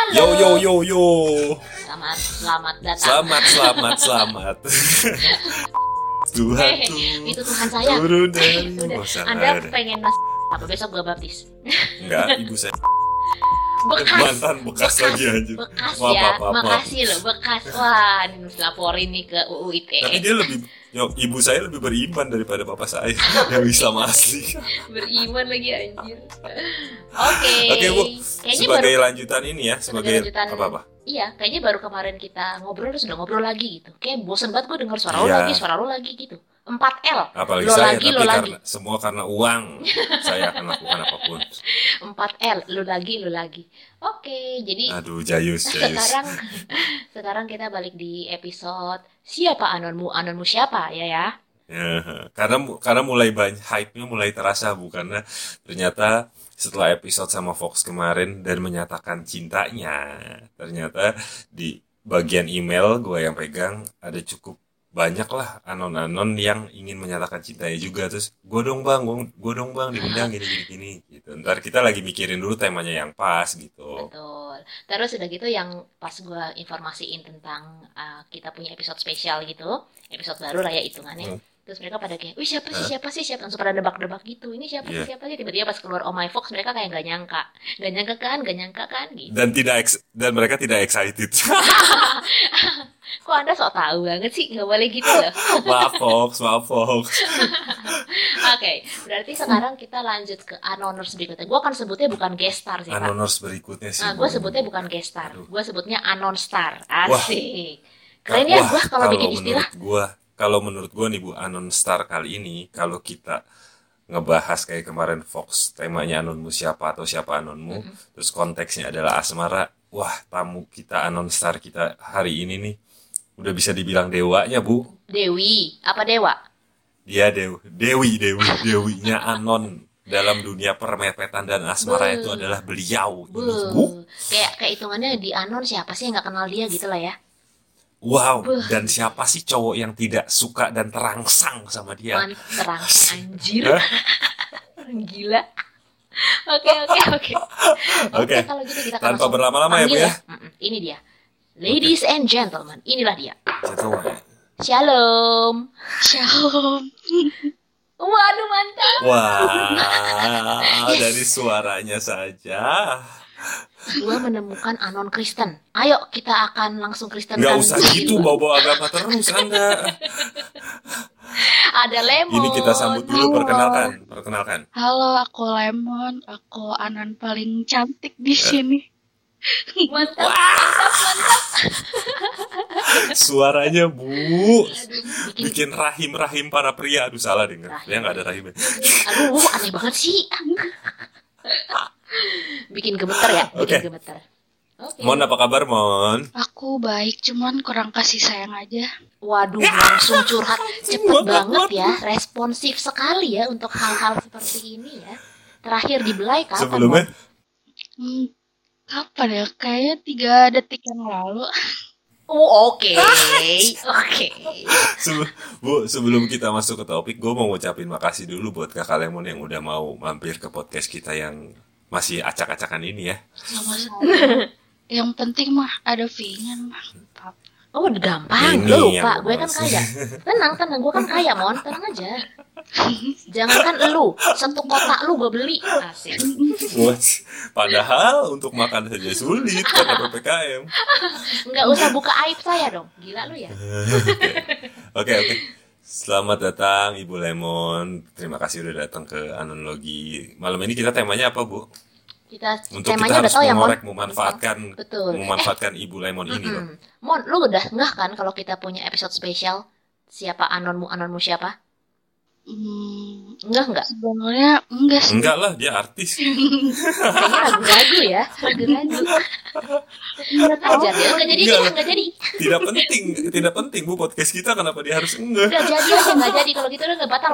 Yo yo yo yo. Selamat datang. Selamat. Tuhan itu Tuhan saya. turun dari Anda pengen apa besok gua baptis? Enggak, ibu saya Mantan bekas lagi aja. Bekas Maaf. ya. Makasih loh, bekas. Wah, ini mesti laporin nih ke UU ITE. Tapi dia ibu saya lebih beriman daripada bapak saya yang Islam asli. Beriman lagi anjir. Oke, Bu. Kayaknya Sebagai lanjutan ini ya, sebagai lanjutan, apa? Iya, kayaknya baru kemarin kita ngobrol terus udah ngobrol lagi gitu. Kayak bosen banget gue denger suara lo lagi gitu. 4L. Apalagi lo saya, lagi, tapi lo karena lagi. semua karena uang, saya akan lakukan apapun. 4L, lo lagi. Oke, jadi Aduh, jayus. Sekarang kita balik di episode siapa anonmu siapa ya. Ya, karena mulai banyak hype-nya mulai terasa karena ternyata setelah episode sama Fox kemarin dan menyatakan cintanya, ternyata di bagian email gue yang pegang ada cukup banyak lah anon yang ingin menyatakan cintanya juga. Terus gue dong bang diundang gini gitu. Ntar kita lagi mikirin dulu temanya yang pas gitu. Betul. Terus udah gitu yang pas gue informasiin tentang kita punya episode spesial gitu, episode baru lah ya hitungannya. Terus mereka pada kayak, wih siapa sih langsung pada debak sih ini siapa sih, tiba-tiba pas keluar Oh My Fox mereka kayak gak nyangka kan gitu. Dan mereka tidak excited. Kok Anda sok tahu banget sih, gak boleh gitu loh. Maaf Fox. Oke, berarti sekarang kita lanjut ke anoners berikutnya. Gue akan sebutnya bukan guest star sih Pak. Anoners berikutnya sih. Gue sebutnya bukan guest star, gue sebutnya anon star. Asik. Keren ya gue kalau bikin istilah. Kalau menurut gue nih Bu, Anon Star kali ini, kalau kita ngebahas kayak kemarin Fox, temanya Anonmu siapa atau siapa Anonmu, terus konteksnya adalah asmara, wah tamu kita Anon Star kita hari ini nih, udah bisa dibilang dewanya Bu. Dewi, apa dewa? Dia Dewinya Anon dalam dunia permepetan dan asmara itu adalah beliau ini Bu. Kayak hitungannya di Anon siapa sih yang gak kenal dia gitu lah ya. Wow, dan siapa sih cowok yang tidak suka dan terangsang sama dia? Terangsang anjir. Gila. Oke, kalau gitu kita tanpa berlama-lama ya Bu ya. Ini dia. Ladies and gentlemen, inilah dia. Shalom. Waduh, mantap. Wah, dari suaranya saja gue menemukan anon Kristen. Ayo kita akan langsung Kristen. Gak usah gitu, bawa agama terus Anda. Ada Lemon. Ini kita sambut dulu, perkenalkan. Halo, aku Lemon. Aku anon paling cantik di sini. Mantap. Suaranya Bu, bikin rahim para pria. Aduh salah denger. Dia gak ada rahimnya. Aduh, aneh banget sih. Bikin gemeter ya, gemeter. Okay. Mon, apa kabar Mon? Aku baik, cuman kurang kasih sayang aja. Waduh, langsung curhat. Cepet banget ya, responsif sekali ya untuk hal-hal seperti ini ya. Terakhir dibelai kapan? Sebelumnya? Kapan ya? Kayaknya 3 detik yang lalu. Oke. Bu, sebelum kita masuk ke topik, gue mau ngucapin makasih dulu buat Kakak Lemon yang udah mau mampir ke podcast kita yang masih acak-acakan ini ya. Sama-sama. Yang penting mah ada fee-nya mah. Oh, gampang. Lo lupa, gue kan kaya. Tenang, gue kan kaya, Mon. Tenang aja. Jangankan lu, 1 kotak lu gue beli. Asik. Padahal untuk makan saja sulit karena PPKM. Nggak usah buka aib saya dong. Gila lu ya. Oke. Selamat datang Ibu Lemon. Terima kasih udah datang ke Anonologi. Malam ini kita temanya apa Bu? Untuk kita harus mengorek, memanfaatkan Ibu Lemon ini loh. Mon, lu udah ngeh kan kalau kita punya episode spesial siapa anonmu siapa? Enggak? Sebenarnya enggak sih. Enggak lah, dia artis. Kayaknya ragu-ragu ya. Ajar dia, enggak jadi. Tidak penting Bu podcast kita, kenapa dia harus enggak? Enggak jadi aja, enggak jadi. Kalau gitu udah batal.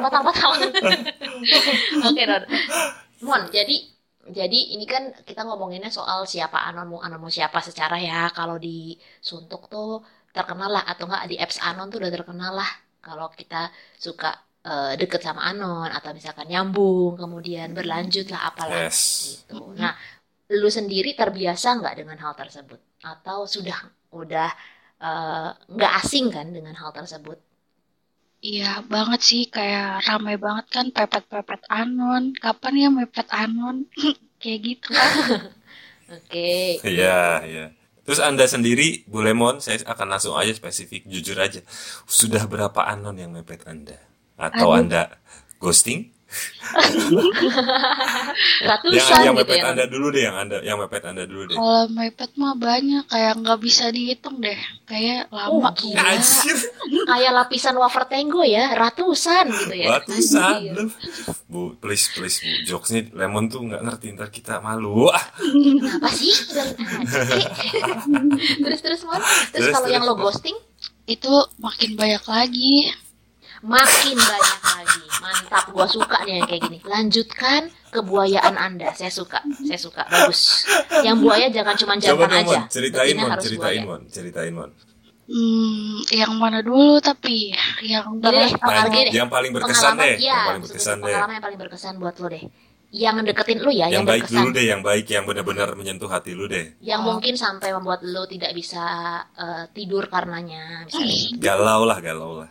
Oke, Ron. Mon, jadi ini kan kita ngomonginnya soal siapa anonmu siapa secara ya. Kalau di Suntuk tuh terkenal lah, atau enggak di apps Anon tuh udah terkenal lah. Kalau kita suka deket sama anon atau misalkan nyambung kemudian berlanjut lah apalah gitu. Nah, lu sendiri terbiasa nggak dengan hal tersebut? Atau udah nggak asing kan dengan hal tersebut? Iya banget sih, kayak ramai banget kan pepet-pepet anon. Kapan ya mepet anon? Kayak gitu kan. Oke, iya, Iya, iya. iya. Terus Anda sendiri, Bu Lemon, saya akan langsung aja spesifik, jujur aja. Sudah berapa anon yang mepet Anda? Atau Aduh, Anda ghosting? Yang Ratusan yang gitu mepet ya kan? Anda dulu deh, yang mepet Anda dulu deh. kalau mepet mah banyak, kayak nggak bisa dihitung deh. Kayak lama Gila. banget. Anjir, Kayak lapisan wafer tenggo ya, ratusan gitu ya. ratusan Anjir. lu. Bu, please, please, Bu. Jokesnya Lemon tuh nggak ngerti, ntar kita malu. Ah, Kenapa sih? Dari tadi. Terus Mon. Terus terus, kalau yang terus, lo Mon. ghosting Itu makin banyak lagi. makin banyak lagi. Mantap, gua suka nih yang kayak gini. Lanjutkan kebuayaan Anda. Saya suka. Bagus. Yang buaya jangan cuma Coba jantan dong, Mon. aja. Ceritain, Betina Mon. harus Ceritain, buaya. Mon. Ceritain, Mon. Yang mana dulu tapi yang Gini deh, Nah, gini deh. yang paling berkesan Pengalaman deh. ya, Yang paling berkesan deh. pengalaman yang paling berkesan buat lo deh. Yang deketin lu ya, Yang yang baik dulu berkesan. deh, yang baik, yang benar-benar menyentuh hati lu deh. Yang mungkin sampai membuat lo tidak bisa tidur karenanya, misalnya. Galau lah, galau lah.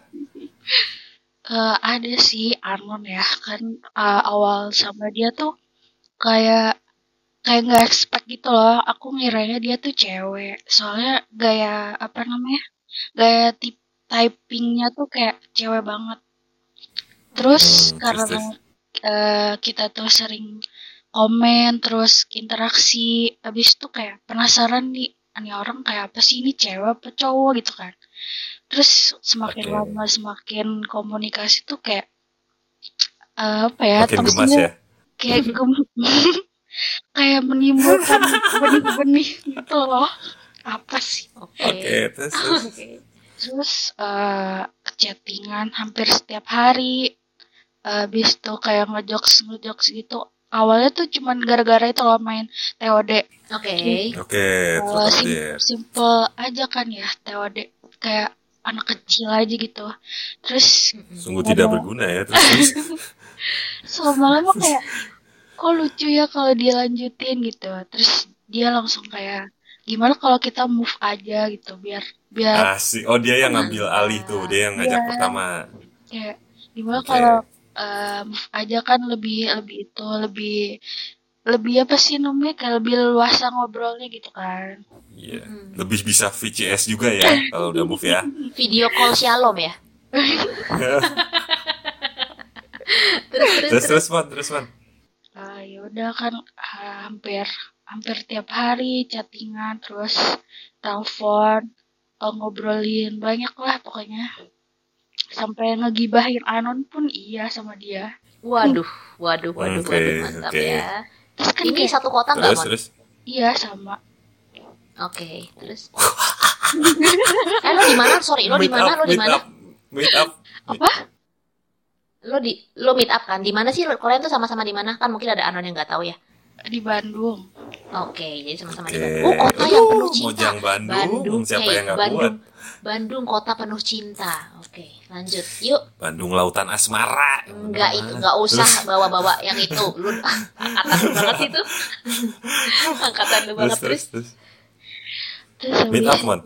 ada sih anon ya kan, awal sama dia tuh kayak kayak nggak expect gitu loh. Aku ngiranya dia tuh cewek. Soalnya gaya apa namanya? Gaya typingnya tuh kayak cewek banget. Terus Terus, karena terus. kita tuh sering komen terus interaksi, habis itu kayak penasaran nih, ini orang kayak apa sih, ini cewek apa cowok gitu kan. Terus semakin Oke. lama semakin komunikasi tuh kayak apa ya, Makin gemas tensinya ya. kayak kayak menimbulkan benih-benih gitu loh. Apa sih? Oke. Oke, terus. Oke. Terus chattingan hampir setiap hari. Habis itu kayak ngejokes gitu. Awalnya tuh cuman gara-gara itu loh main TOD. Oke. Oke, terus dia. Simple aja kan ya TOD. Kayak anak kecil aja gitu. Terus Sungguh tidak berguna ya, terus. lama-lama kayak kok lucu ya kalau dia lanjutin gitu. Terus dia langsung kayak gimana kalau kita move aja gitu biar Asik. Oh, dia yang ngambil alih tuh, dia yang ngajak Iya. pertama. kayak gimana Oke. kalau move aja kan lebih itu lebih apa sih namanya, kayak lebih luasa ngobrolnya gitu kan. Iya. Lebih bisa VCS juga ya kalau udah move ya. Video call shalom ya. Terus, Man. Ya udah kan, hampir hampir tiap hari chattingan terus telepon, ngobrolin banyak lah pokoknya, sampai ngegibahin anon pun iya sama dia. Waduh, Oke, mantap oke. ya. Terus kan Ini kayak satu kota nggak, Mon? Terus. iya sama. Oke, terus. Lo di mana? Sorry, lo di mana? Meet up. Lo meet up kan? Di mana sih? Kalian tuh sama-sama di mana? Kan mungkin ada anon yang nggak tahu ya. Di Bandung. Oke, jadi sama-sama di Oke. Bandung. Kota yang penuh cinta. Mojang Bandung. Siapa hey, yang nggak kuat? Bandung, kota penuh cinta. Oke, lanjut. Yuk. Bandung lautan asmara. Enggak itu, enggak usah bawa-bawa yang itu. Lu angkatan lu banget itu. Angkatan lu banget terus. Terus Meet habis up, Mon.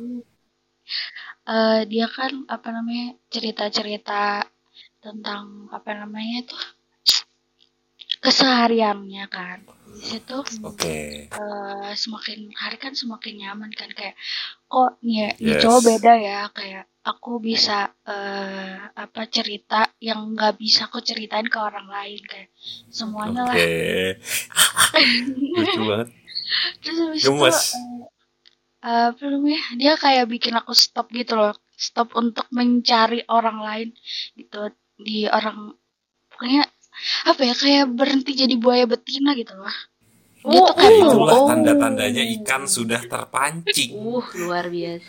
dia kan apa namanya, cerita-cerita tentang apa namanya tuh kesehariannya kan. Di situ Oke. semakin hari kan semakin nyaman kan, kayak kok nih Yes. cowok beda ya, kayak aku bisa apa cerita yang nggak bisa aku ceritain ke orang lain, kayak semuanya lah. Oke. Lucu banget. Terus habis itu Gemes. apa namanya, dia kayak bikin aku stop gitu loh, stop untuk mencari orang lain gitu, di orang, pokoknya apa ya, kayak berhenti jadi buaya betina gitu loh. Dia tuh kayak Itulah tanda-tandanya ikan sudah terpancing. Luar biasa.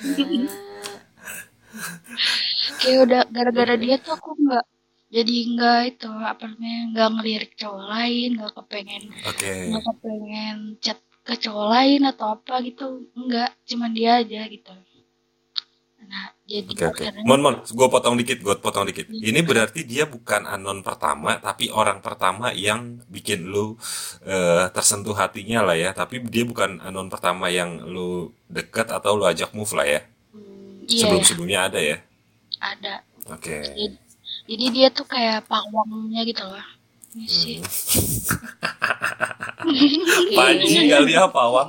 kayak udah gara-gara dia tuh aku nggak itu apa namanya, nggak ngelirik cowok lain, nggak kepengen Oke. chat ke cowok lain atau apa gitu, nggak, cuman dia aja gitu. Nah Jadi Oke. akhirnya Gue potong dikit. Ini berarti dia bukan anon pertama, tapi orang pertama yang bikin lu tersentuh hatinya lah ya. Tapi dia bukan anon pertama yang lu deket atau lu ajak move lah ya. iya ya Sebelum-sebelumnya ada ya. ada. Oke. Jadi dia tuh kayak pawangnya gitu loh. Ini sih. Panji kali ya pawang.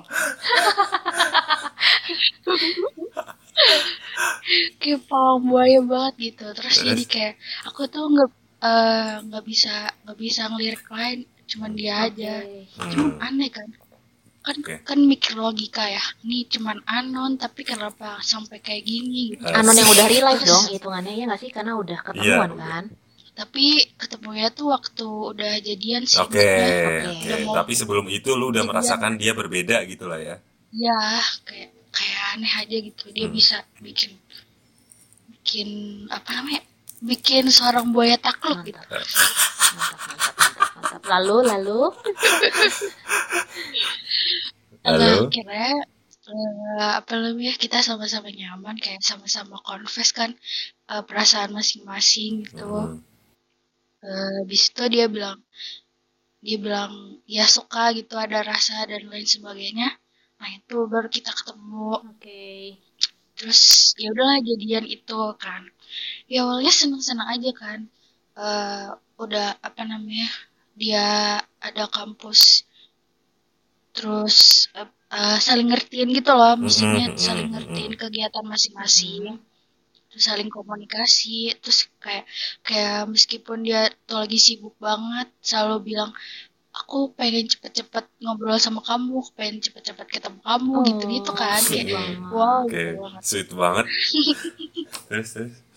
Kayak pawang buaya banget gitu. Terus Terus? jadi kayak aku tuh nggak bisa ngelirik lain, cuman dia aja. Cuma aneh kan. Oke. Kan mikir logika ya. Ini cuman anon tapi kenapa sampai kayak gini gitu. Anon yang udah real life dong hitungannya ya nggak sih, karena udah ketemuan Iya. kan. Tapi ketemunya tuh waktu udah jadian sih. Oke. maksudnya. Udah mau Tapi sebelum itu lu udah jadian. merasakan dia berbeda gitu lah ya. Ya kayak aneh aja gitu. Dia bisa bikin apa namanya? Bikin seorang buaya takluk gitu. Mantap. Lalu Lalu? Akhirnya apa namanya, kita sama-sama nyaman, kayak sama-sama confess kan perasaan masing-masing gitu. Habis itu dia bilang ya suka gitu, ada rasa dan lain sebagainya. Nah itu baru kita ketemu. Oke. Terus ya udahlah jadian itu kan. Ya awalnya seneng-seneng aja kan. Udah apa namanya, dia ada kampus. Terus saling ngertiin gitu loh, maksudnya saling ngertiin kegiatan masing-masing. Terus saling komunikasi. Terus kayak meskipun dia tuh lagi sibuk banget, selalu bilang, aku pengen cepet-cepet ngobrol sama kamu, pengen cepet-cepet ketemu kamu, gitu-gitu kan. Sweet Kayak banget. wow Oke. gitu banget. Sweet banget. Terus.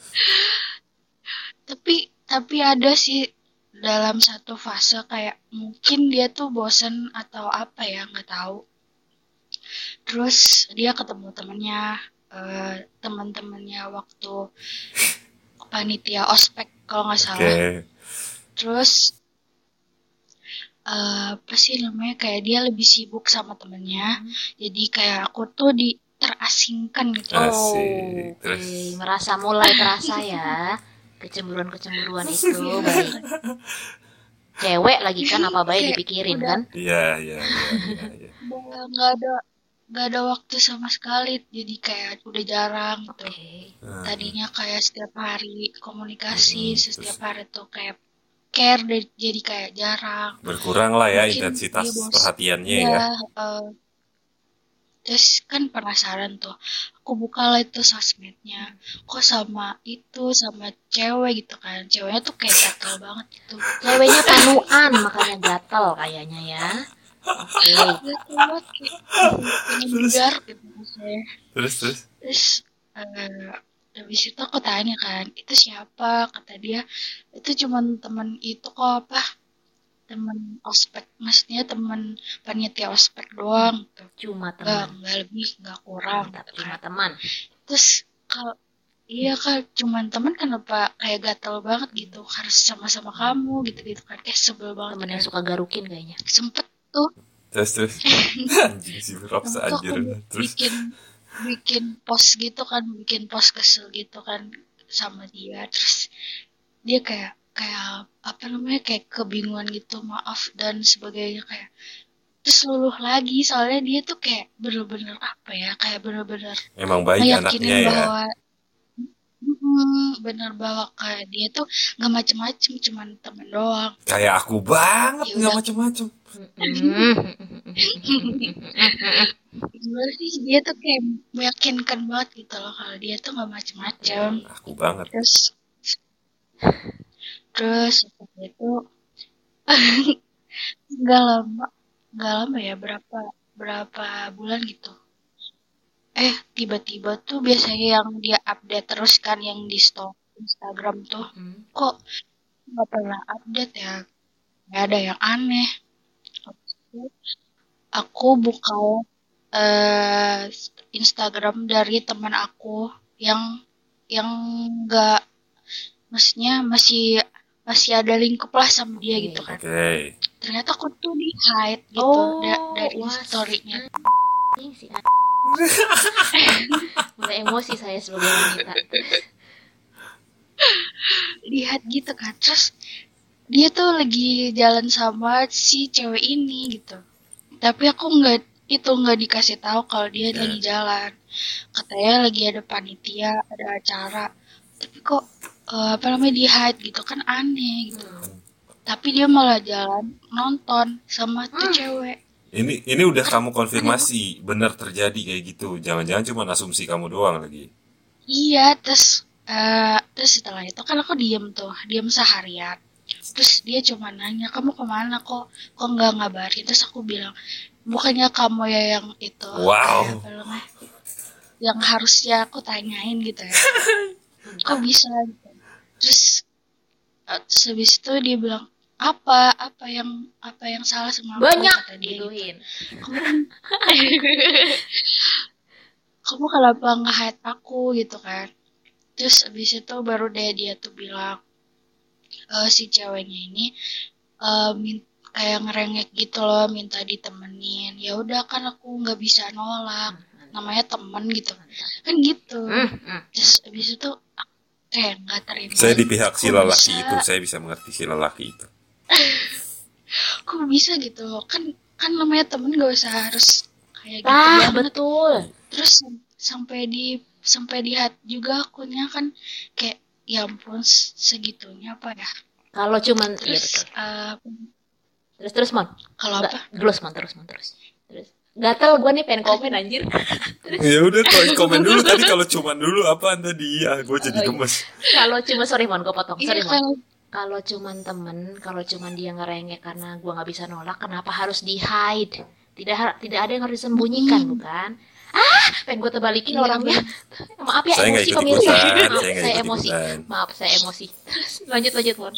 Tapi ada sih dalam satu fase kayak mungkin dia tuh bosen atau apa ya, nggak tahu. Terus dia ketemu teman-temannya waktu panitia ospek kalau nggak salah. Oke. Terus apa sih namanya, kayak dia lebih sibuk sama temennya, jadi kayak aku tuh terasingkan gitu. Asik. Oke, mulai terasa ya kecemburuan itu, baik cewek lagi kan, apa baik dipikirin kan. Iya. Udah nggak ada waktu sama sekali, jadi kayak udah jarang gitu. Oke. Tadinya kayak setiap hari komunikasi, setiap hari tuh kayak care, jadi kayak jarang. Berkurang lah ya Mungkin intensitas dia bosan. perhatiannya Iya, ya. terus kan penasaran tuh, aku buka lah itu sosmednya, kok sama cewek gitu kan, ceweknya tuh kayak gatel banget gitu. Ceweknya panuan makanya gatel kayaknya ya. Oke. Gatel banget kayak pengen budar gitu maksudnya. Terus habis itu aku tanya kan, itu siapa? Kata dia, itu cuman teman itu kok, teman ospek, maksudnya teman panitia ospek doang gitu. Cuma teman. Nggak lebih, nggak kurang. Mantap, cuma teman. Terus kalau iya kan cuman teman, kenapa kayak gatel banget gitu, harus sama-sama kamu gitu kan, kayak sebel banget. Temen yang kan. suka garukin kayaknya. Sempet tuh Terus. Anjing si Rops waktu anjir. aku Terus. bikin post gitu kan, bikin post kesel gitu kan sama dia. Terus dia kayak apa namanya, kayak kebingungan gitu, maaf dan sebagainya, kayak terus luluh lagi, soalnya dia tuh kayak bener-bener apa ya, kayak bener-bener Emang baik anaknya meyakinin ya. bahwa bener bahwa kayak dia tuh nggak macem-macem, cuman temen doang. Kayak aku banget, Ya nggak udah. macem-macem. Gimana sih, dia tuh kayak meyakinkan banget gitu loh kalau dia tuh nggak macem-macem. Aku banget. Terus setelah itu nggak lama ya, berapa bulan gitu. Tiba-tiba tuh biasanya yang dia update terus kan, yang di story Instagram tuh, kok nggak pernah update ya, nggak ada yang aneh. Aku buka Instagram dari teman aku yang nggak, maksudnya masih ada lingkup lah sama dia gitu kan. Oke. Ternyata aku tuh di hide gitu dari wah, story-nya. Si mulai emosi saya sebagai wanita. Lihat gitu kan, terus dia tuh lagi jalan sama si cewek ini gitu, tapi aku nggak dikasih tahu kalau dia lagi jalan. Katanya lagi ada panitia, ada acara, tapi kok di hide gitu kan, aneh gitu. Tapi dia malah jalan nonton sama tuh cewek. Ini udah kamu konfirmasi benar terjadi kayak gitu? Jangan-jangan cuma asumsi kamu doang lagi? Iya, terus setelah itu kan aku diem seharian. Terus dia cuma nanya, kamu kemana, kok nggak ngabarin? Terus aku bilang, bukannya kamu ya yang itu, Wow. yang harusnya aku tanyain gitu ya, kok bisa gitu. Terus habis itu dia bilang, apa yang salah sama aku, Banyak kata dia gitu. gituin. Kamu kenapa nge-hide aku gitu kan. Terus abis itu baru deh dia tuh bilang, si ceweknya ini kayak ngerengek gitu loh, minta ditemenin. Ya udah kan aku nggak bisa nolak, namanya temen gitu kan gitu. Terus abis itu kayak nggak terima. Saya di pihak si lelaki itu, saya bisa mengerti si lelaki itu. Kok bisa gitu loh, kan namanya temen gak usah harus kayak gitu banget. Betul. Terus sampai di hati juga akunya kan, kayak ya ampun segitunya apa ya. Kalau cuman Terus terus Mon. kalau apa? Terus gatel gue nih pengen komen anjir. Ya udah, komen dulu tadi. Kalau cuman dulu apaan tadi? Ya, gue jadi gemes. Kalau cuma sorry Mon, gue potong. Sorry Iya, Mon. Kalau cuman temen, kalau cuman dia ngerengek karena gue nggak bisa nolak, kenapa harus di hide? Tidak ada yang harus disembunyikan, bukan? Pengen gue terbalikin orangnya. Maaf ya, Saya nggak emosi ikut pemirsa. ikutan, Maaf, saya nggak saya ikut emosi. ikutan. Maaf, saya emosi. Lanjut Mon.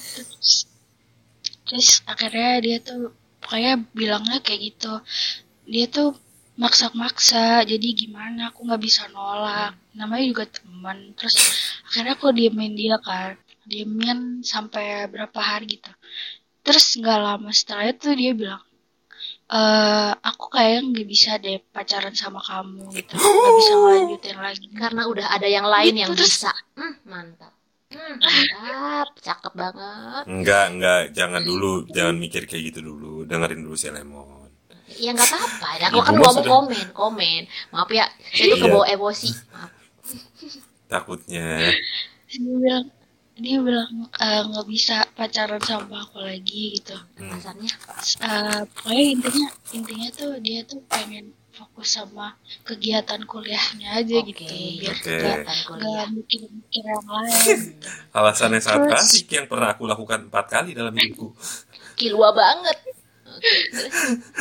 Terus akhirnya dia tuh pokoknya bilangnya kayak gitu. Dia tuh maksa-maksa, jadi gimana, aku nggak bisa nolak, namanya juga teman. Terus akhirnya aku diemin dia kan, diemin sampai berapa hari gitu. Terus nggak lama setelah itu dia bilang, aku kayak nggak bisa deh pacaran sama kamu gitu, nggak bisa ngelanjutin lagi Karena udah ada yang lain gitu. yang Terus bisa. Mantap. Mantap, cakep banget. Enggak, jangan mikir kayak gitu dulu. Dengerin dulu si Lemon. Ya nggak apa-apa, ya aku kan Ibu mau sudah- komen. Maaf ya, saya tuh Iya. kebawa emosi. Maaf. Takutnya. dia bilang nggak bisa pacaran sama aku lagi gitu. Alasannya Pokoknya intinya tuh dia tuh pengen fokus sama kegiatan kuliahnya aja Oke. gitu, biar Oke. kegiatan kuliah. nggak mikir yang lain. Alasan yang sangat Terus- klasik yang pernah aku lakukan 4 kali dalam hidupku. Kilua banget. Oke, terus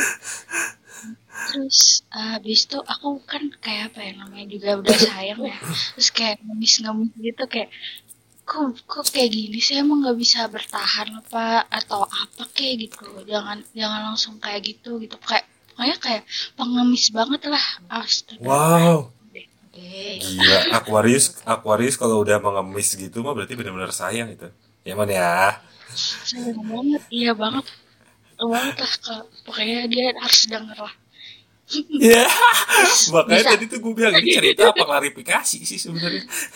Terus habis itu aku kan kayak apa ya, namanya juga udah sayang ya. Terus kayak ngemis gitu, kayak kok kayak gini sih, emang nggak bisa bertahan apa atau apa kayak gitu. Jangan langsung kayak gitu kayak pokoknya kayak pengemis banget lah. Astaga. Wow. Oke. Gila, Aquarius kalau udah mengemis gitu mah berarti benar-benar sayang itu. Ya man ya. Sayang banget, iya banget lah. Pokoknya dia harus denger lah. Iya. Makanya Bisa. tadi tuh gue bilang ini cerita apa klarifikasi sih sebenarnya.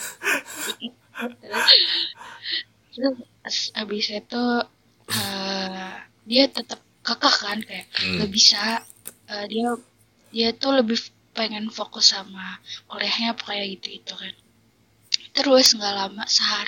Terus abis itu dia tetap kekeh kan, kayak nggak bisa. Dia tuh lebih pengen fokus sama kuliahnya apa kayak gitu kan. Terus nggak lama,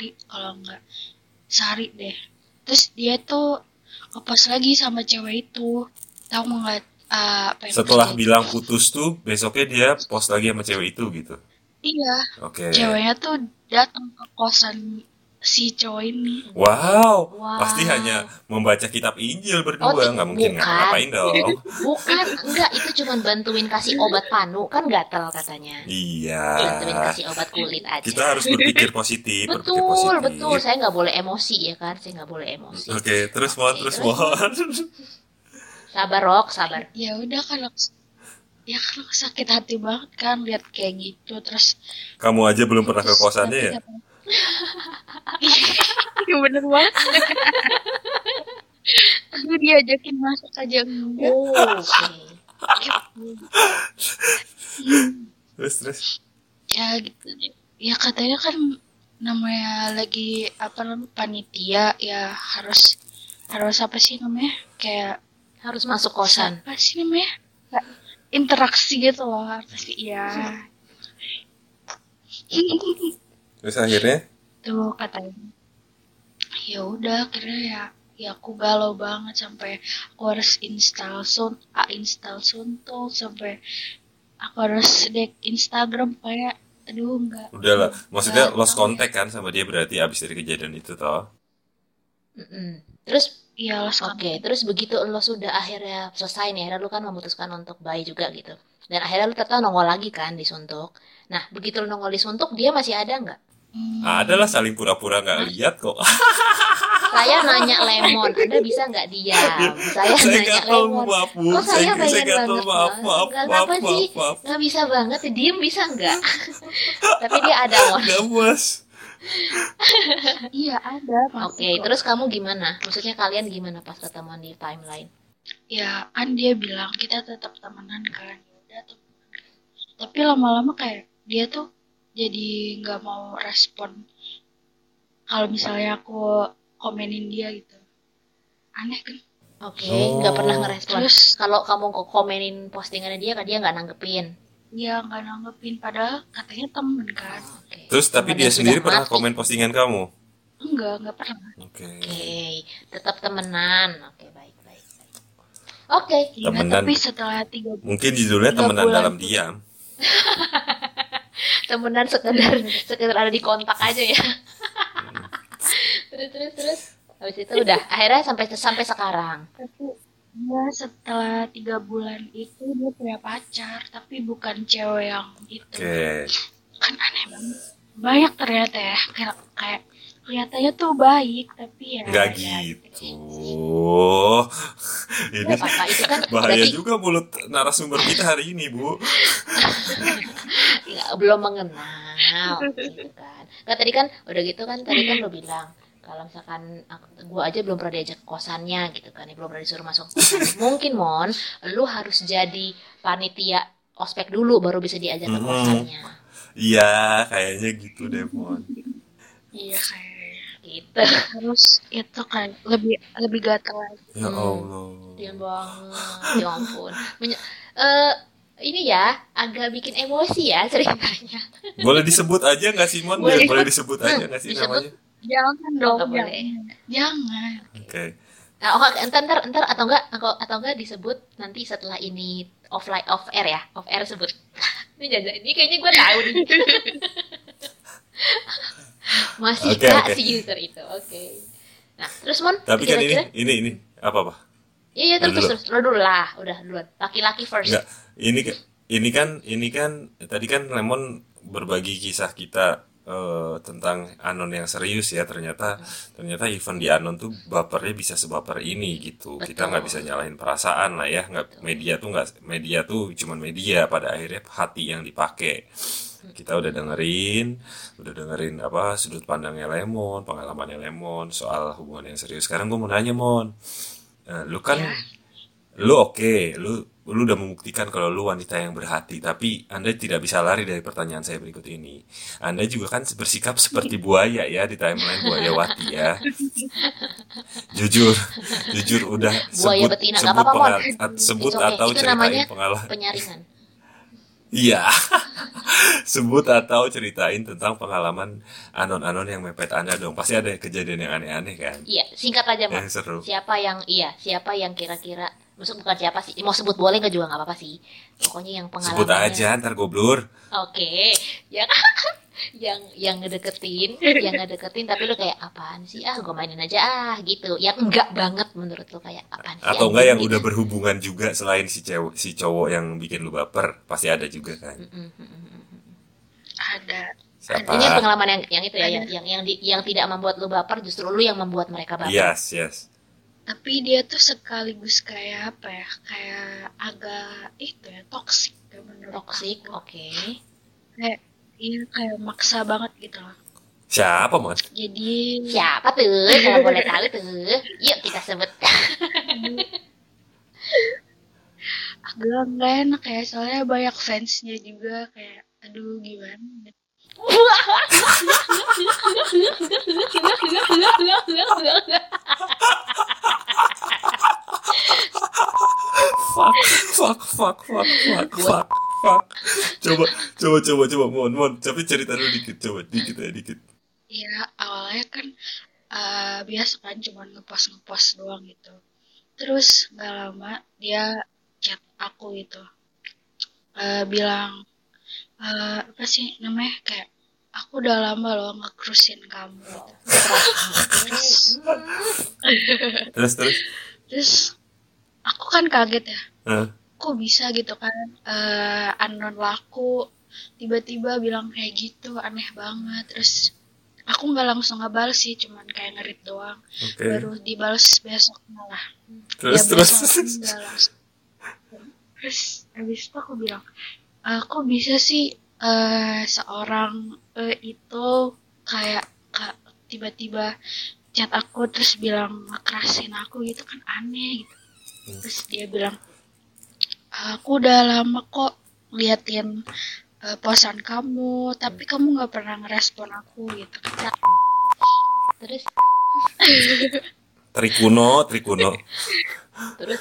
sehari deh, terus dia tuh ngepost lagi sama cewek itu. Tahu nggak apa yang Setelah terjadi? bilang putus tuh besoknya dia post lagi sama cewek itu gitu. Iya, Oke. ceweknya tuh datang ke kosan si cowok ini. Wow. Wow. Pasti hanya membaca kitab Injil Oh, berdua, nggak mungkin bukan. ngapain dong. Bukan, enggak, itu cuma bantuin kasih obat panu, kan gatel katanya. Bantuin Iya. kasih obat kulit aja. Kita harus berpikir positif, Betul, saya nggak boleh emosi ya kan, saya nggak boleh emosi. Oke, terus Oke, terus terus. mohon. Sabar Rok, sabar. Ya udah kan, sakit hati banget kan lihat kayak gitu. Terus Kamu aja belum pernah ke kosannya ya? Iya bener banget. Aduh, diajakin masuk aja enggak. Oke. Terus. ya gitu deh. Ya katanya kan namanya lagi apa namanya panitia ya harus harus apa sih namanya kayak Harus masuk kosan. apa sih namanya kayak interaksi gitu loh pasti iya. Terus akhirnya Tuh katanya ya udah akhirnya ya aku galau banget sampai aku harus install Suntuk sampai aku harus dek Instagram kayak aduh udahlah, maksudnya lost tahu ya. contact kan sama dia berarti abis dari kejadian itu toh. Mm-mm. Terus Iya lost oke, contact. terus begitu lo sudah akhirnya selesai nih, akhirnya lo kan memutuskan untuk bye juga gitu. Dan akhirnya lo ternyata nongol lagi kan di Suntuk. Nah, begitu lo nongol di Suntuk, dia masih ada nggak? Adalah saling pura-pura nggak lihat kok. Saya nanya Lemon, Anda bisa nggak diam? Saya Saya nanya nggak tahu, Lemon. maaf Bu. Kok saya Saya pengen nggak tahu, banget maaf, Mon? maaf, Nggak maaf, apa sih? maaf. Nggak bisa banget, diem bisa nggak? Tapi dia ada Mon. Nggak puas. Iya ada pasti Oke, kok. terus kamu gimana? Maksudnya kalian gimana pas ketemuan di timeline? Ya kan dia bilang kita tetap temenan kan. Ya udah temenan. Tapi lama-lama kayak dia tuh jadi nggak mau respon kalau misalnya aku komenin dia gitu. Aneh kan? Oke, nggak pernah Oh. ngerespon. Terus Kalau kamu komenin postingannya dia nggak nanggepin. dia nggak nanggepin padahal katanya temen kan. Oke. Terus tapi Temen dia yang sendiri sudah pernah mati. komen postingan kamu? Nggak pernah. Oke. Oke, tetap temenan. Oke, baik, baik, baik. Oke, Iya, Temenan. tapi setelah 3 Mungkin judulnya 3 temenan bulan dalam tuh, diam. temenan sekedar ada di kontak aja ya. Terus. Habis itu udah, akhirnya sampai sekarang. tapi dia setelah 3 bulan itu dia punya pacar tapi bukan cewek yang itu. Oke. Kan aneh banget. Banyak ternyata ya kayak kelihatannya tuh baik tapi ya Nggak ya gitu. Ini Nggak apa-apa, itu kan bahaya berarti juga mulut narasumber kita hari ini, Bu. belum mengenal gitu kan. Nah, tadi kan udah gitu kan, tadi kan lo bilang kalau misalkan gue aja belum pernah diajak ke kosannya gitu kan, ya, belum pernah disuruh masuk kosan. Mungkin Mon, lu harus jadi panitia ospek dulu baru bisa diajak ke Mm-mm. kosannya. Iya, kayaknya gitu deh, Mon. iya kayak Gitu. harus itu kan lebih gatel lagi. Ya Allah. Diam banget, ya ampun. Ini ya agak bikin emosi ya ceritanya. Boleh disebut aja nggak sih, Mon? Boleh. Boleh disebut aja nggak sih Disebut. namanya? Jangan Oh, dong, nggak boleh. jangan. Oke. Nah, oh, entar atau enggak disebut nanti setelah ini off air ya, off air sebut. Ini kayaknya gue tahu nih. Masih Oke, kak oke. si user itu, oke. Nah, terus Mon, Tapi kan kira-kira? ini apa? Iya, Lu dulu. terus lo dulu lah, udah duluan. Laki-laki first. Enggak. Ini kan tadi kan Lemon berbagi kisah kita tentang Anon yang serius ya. Ternyata event di Anon tuh bapernya bisa sebaper ini gitu. Kita Betul. nggak bisa nyalahin perasaan lah ya. Nggak media tuh cuman media, pada akhirnya hati yang dipakai. Kita udah dengerin apa sudut pandangnya Lemon, pengalamannya Lemon soal hubungan yang serius. Sekarang gue mau nanya, Mon. Lu kan Ya. lu oke, lu udah membuktikan kalau lu wanita yang berhati, tapi Anda tidak bisa lari dari pertanyaan saya berikut ini. Anda juga kan bersikap seperti buaya ya di timeline buayawati ya. Jujur udah Buaya betina, nggak apa-apa, Mon. sebut It's okay. atau Itu namanya ceritain pengalaman. penyaringan. Iya. Sebut atau ceritain tentang pengalaman anon-anon yang mepet Anda dong. Pasti ada kejadian yang aneh-aneh kan? Iya, singkat aja, Mon. Yang seru. Siapa yang kira-kira, maksud bukan siapa sih, mau sebut boleh nggak juga nggak apa-apa sih. Pokoknya yang Sebut pengalamannya. aja, ntar gue blur. Oke, yang ngedeketin, tapi lu kayak apaan sih? Gue mainin aja gitu. Yang enggak banget menurut lu kayak apaan sih? Atau enggak anjing, yang gitu. udah berhubungan juga selain si cowok yang bikin lu baper. Pasti ada juga kan? Ada. Siapa? Ini pengalaman yang itu ya, yang tidak membuat lu baper, justru lu yang membuat mereka baper. Yes. Tapi dia tuh sekaligus kayak apa ya? Kayak agak itu ya toksik ya menurut Toxic, aku. oke. Kayak iya kayak maksa banget gitu loh. Siapa, Mon? Jadi Siapa tuh? Kalau boleh tahu tuh, yuk kita sebut. agak nggak enak ya soalnya banyak fansnya juga kayak Aduh gimana? Fuck. Coba, mohon, tapi cerita dulu dikit, coba, dikit. Ya awalnya kan biasa kan cuma ngepost doang gitu. Terus gak lama dia chat aku gitu, bilang apa sih namanya kayak aku udah lama loh nge-cruisein kamu gitu. Terus Terus, terus aku kan kaget ya, Hah? kok bisa gitu kan, unknown laku tiba-tiba bilang kayak gitu, aneh banget. Terus aku nggak langsung ngebales sih, cuman kayak ngerit doang, Oke. baru dibales besok malah. Terus, Ya besok nggak langsung. Terus habis itu aku bilang, kok bisa sih seorang itu kayak tiba-tiba chat aku terus bilang ngekerasin aku gitu kan, aneh gitu. Terus dia bilang, aku udah lama kok liatin posan kamu, tapi kamu nggak pernah ngerespon aku gitu. Terus Trikuno. terus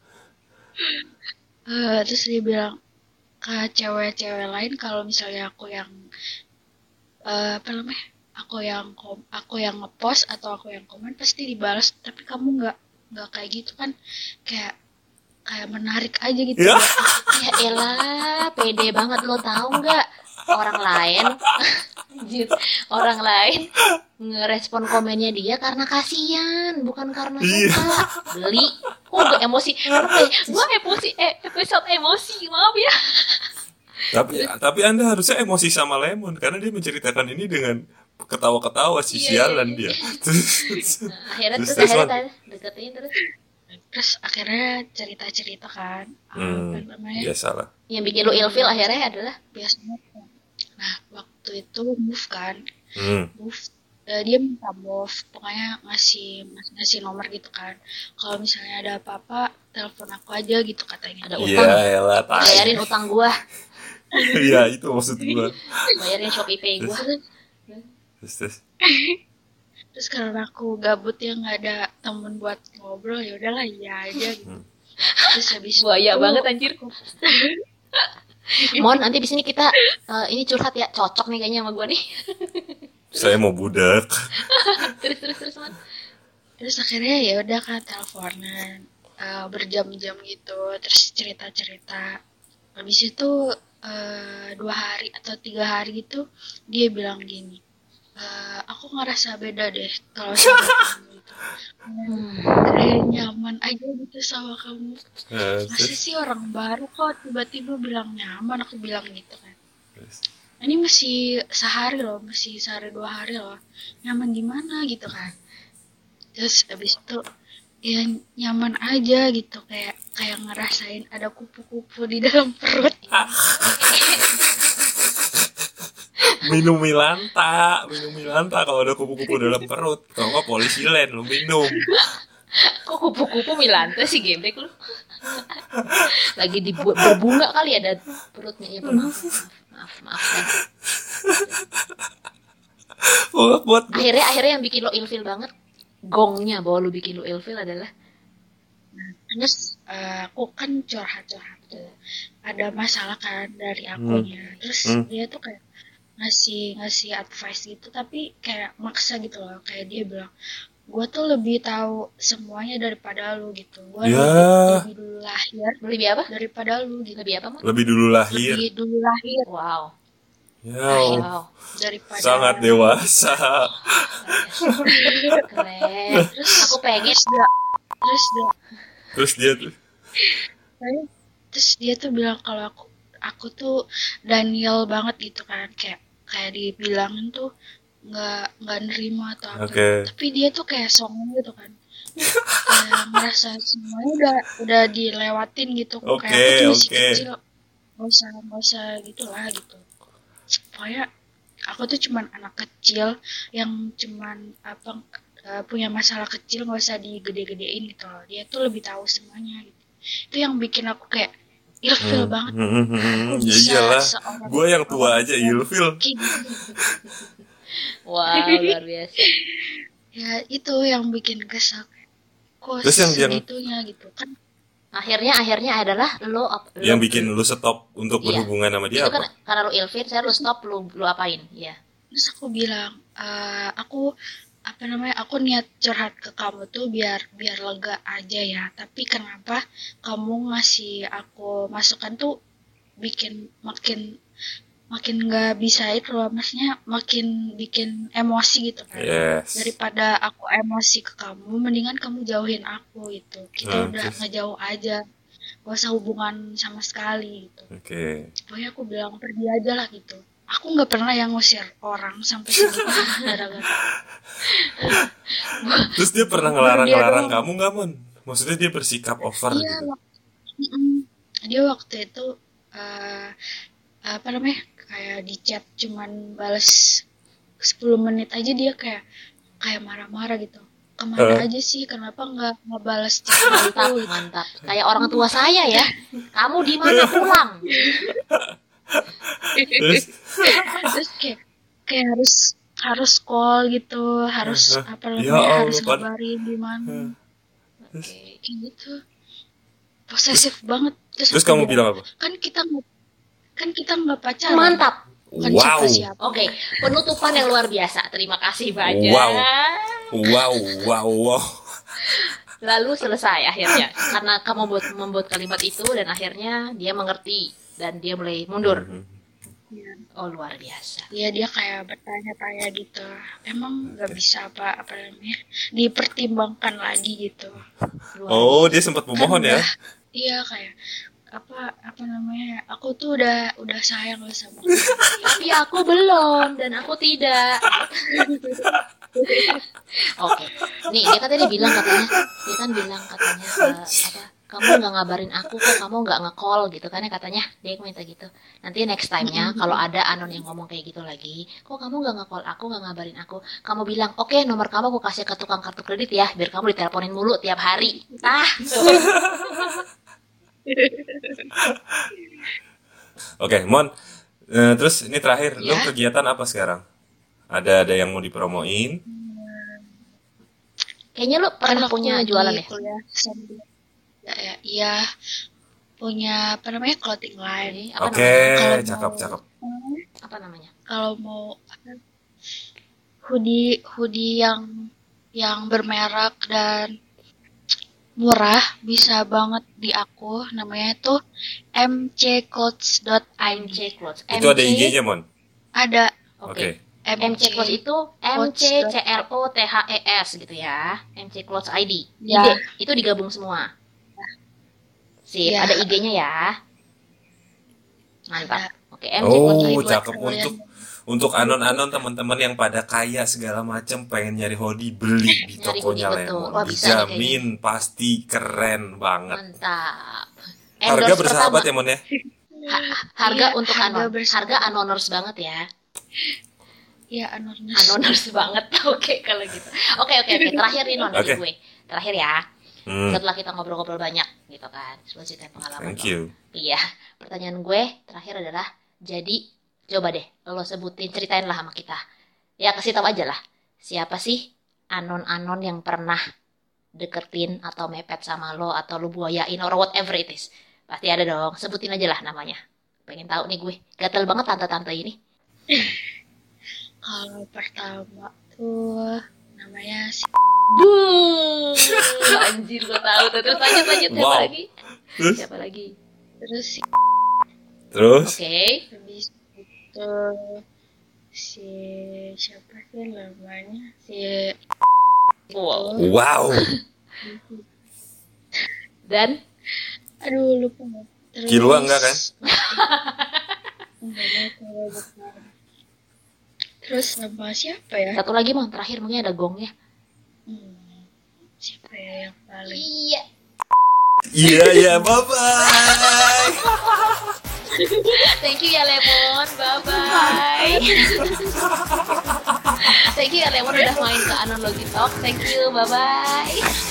Terus dia bilang ke cewek-cewek lain kalau misalnya aku yang apa namanya, aku yang ngepost atau aku yang komen pasti dibalas, tapi kamu nggak kayak gitu kan, kayak menarik aja gitu Ya. buat aku. ya elah, pede banget lo, tahu nggak? Orang lain anjir, orang lain ngerespon komennya dia karena kasihan, bukan karena Iya. suka. Beli. Gue emosi. Gue episode emosi, maaf ya. Tapi Anda harusnya emosi sama Lemon karena dia menceritakan ini dengan ketawa-ketawa sialan dia. Akhirnya Terus, akhirnya deketin terus. Terus akhirnya cerita-cerita kan, apa namanya, biasalah. Yang bikin lo ilfeel akhirnya adalah biasanya. Nah waktu itu move kan, move, dia minta move, pokoknya ngasih nomor gitu kan, kalau misalnya ada apa-apa telepon aku aja gitu katanya. ada utang, Iya, elah, tai. bayarin utang gua, Iya, itu maksud gua. bayarin Shopee Pay gua. Terus karena aku gabut ya, nggak ada temen buat ngobrol, ya udahlah iya aja gitu. Terus habis Buaya itu, banget anjir. Mon, nanti di sini kita ini curhat ya, cocok nih kayaknya sama gua nih. Saya mau budak. terus Mon. Terus akhirnya ya udah kan teleponan berjam-jam gitu, terus cerita-cerita. Habis itu 2 hari atau 3 hari gitu dia bilang gini, aku ngerasa beda deh kalau sama kamu gitu. Kayak nyaman aja gitu sama kamu. Masa sih orang baru kok tiba-tiba bilang nyaman, aku bilang gitu kan. Ini masih sehari 2 hari loh. Nyaman gimana gitu kan. Terus abis itu ya nyaman aja gitu, kayak ngerasain ada kupu-kupu di dalam perut. Minum Milanta kalau ada kupu-kupu dalam perut. Kalau nggak polisi lain lu minum. Kok kupu-kupu Milanta sih, geblek lu. Lagi berbunga kali ada perutnya ya, maaf. Buat Akhirnya yang bikin lo ilfeel banget, gongnya bahwa lo bikin lo ilfeel adalah, terus aku kan curhat tuh, ada masalah kan dari akunya. Terus dia tuh kayak ngasih advice gitu, tapi kayak maksa gitu loh, kayak dia bilang gue tuh lebih tahu semuanya daripada lu gitu, gue lebih dulu lahir. Lebih apa? Daripada lu gitu. Lebih apa, Mon? Lebih dulu lahir. Wow. Wow. Daripada sangat dewasa. Keren. Terus aku pengen terus dia tuh bilang kalau aku tuh Daniel banget gitu kan, kayak dibilangin tuh nggak nerima atau apa. Tapi dia tuh kayak songong gitu kan, kayak merasa semuanya udah dilewatin gitu. Kayak aku tuh masih kecil, nggak usah gitulah gitu. Pokoknya aku tuh cuman anak kecil yang cuman punya masalah kecil, nggak usah digede-gedein gitu loh. Dia tuh lebih tahu semuanya gitu. Itu yang bikin aku kayak ilfil banget. Ya Bisa iyalah, seorang gue yang tua aja ilfil. kayak gitu. Wow, luar biasa. Ya itu yang bikin kesal. Kok Terus yang segitunya gitu kan. Akhirnya adalah lo yang bikin lu stop untuk Iya. berhubungan sama dia itu kan apa? karena lo ilfil, saya lo stop, lo apain? Ya. Terus aku bilang, aku niat curhat ke kamu tuh biar lega aja ya. Tapi kenapa kamu ngasih aku masukan tuh bikin makin nggak bisa itu loh, maksudnya makin bikin emosi gitu kan. Yes. Daripada aku emosi ke kamu, mendingan kamu jauhin aku gitu. Kita udah terus? ngejauh aja, gak usah hubungan sama sekali gitu. Oke. Pokoknya aku bilang pergi aja lah gitu. Aku nggak pernah yang ngusir orang sampai segitu gara-gara. Terus dia pernah ngelarang kamu nggak, Mon? Maksudnya dia bersikap over Iya, gitu? dia waktu itu kayak di chat cuman balas 10 menit aja dia kayak marah-marah gitu. Kemana aja sih? Kenapa nggak balas chat aku? Mantap. Kayak orang tua saya ya. Kamu di mana, pulang? Terus? Terus kayak harus call gitu, harus Ya Allah, harus ngabarin di mana. Kayak gitu. Posesif banget. Terus kamu bilang apa? Kan kita nggak pacaran. Mantap. Kan Wow. siapa-siapa. Oke, penutupan yang luar biasa. Terima kasih banyak. Wow. Lalu selesai akhirnya karena kamu membuat kalimat itu dan akhirnya dia mengerti dan dia mulai mundur. Iya. Oh, luar biasa. Iya, dia kayak bertanya-tanya gitu. Emang nggak bisa apa namanya dipertimbangkan lagi gitu. Oh, dia sempat memohon ya? Iya, kayak apa namanya, aku tuh udah sayang loh sama kamu. Tapi aku belum dan aku tidak. Oke. Nih, dia kan bilang katanya kamu nggak ngabarin aku kok, kamu nggak nge-call gitu kan ya, katanya dia minta gitu. Nanti next time-nya kalau ada anon yang ngomong kayak gitu lagi, kok kamu nggak nge-call aku, nggak ngabarin aku, kamu bilang oke, nomor kamu aku kasih ke tukang kartu kredit ya, biar kamu diteleponin mulu tiap hari. Oke, Mon. Terus ini terakhir, lu Ya. kegiatan apa sekarang? Ada yang mau dipromoin? Kayaknya lu pernah Aku punya lagi jualan ya? kuliah sambil iya punya clothing line. Apa Oke, namanya? cakep. Apa namanya? Kalau mau hoodie yang bermerek dan murah bisa banget di aku, namanya tuh mcclothes.id. MC Clothes. Itu ada IG-nya, Mon? Ada Oke. MC Clothes itu MCCLOTHES gitu ya. MC Clothes ID. Ya. Itu digabung semua. Sip, Ya. ada IG-nya ya. Mantap. Oke, MC Oh, Clothes ID. cakep. Untuk anon-anon teman-teman yang pada kaya segala macam pengen nyari hoodie, beli di Nyari tokonya hoodie, betul. Lemon. Wah, bisa nih Dijamin pasti keren banget. Mantap. Harga Endorse bersahabat pertama. ya, Mon ya? Harga Iya, untuk harga anon. bersahabat. Harga anoners banget ya. ya anonymous. Anoners banget. Oke, kalau gitu. Oke. Terakhir nih, Non, dari Oke. gue. Terakhir ya. Hmm, Setelah kita ngobrol-ngobrol banyak gitu kan. Sebelum cerita pengalaman. thank you. Iya, pertanyaan gue terakhir adalah, jadi coba deh lo sebutin, ceritain lah sama kita. Ya kasih tahu aja lah, siapa sih anon-anon yang pernah deketin atau mepet sama lo atau lo buayain or whatever it is. Pasti ada dong, sebutin aja lah namanya. Pengen tahu nih gue, gatel banget tante-tante ini. Kalau pertama tuh namanya Buh, anjir gue tahu. Terus lanjut siapa Wow. lagi? Terus? Siapa lagi? terus Terus? Oke, habis itu siapa sih namanya wow. Wow. Dan aduh lupa. Terus Kilua enggak kan? Enggak, bukan. Terus sama siapa ya? satu lagi mau terakhir, mungkin ada gongnya. Siapa ya yang paling? Iya. Iya, bye-bye. Thank you ya Lemon, bye-bye. Thank you ya Lemon udah main ke Anon Logi Talk. Thank you, bye-bye.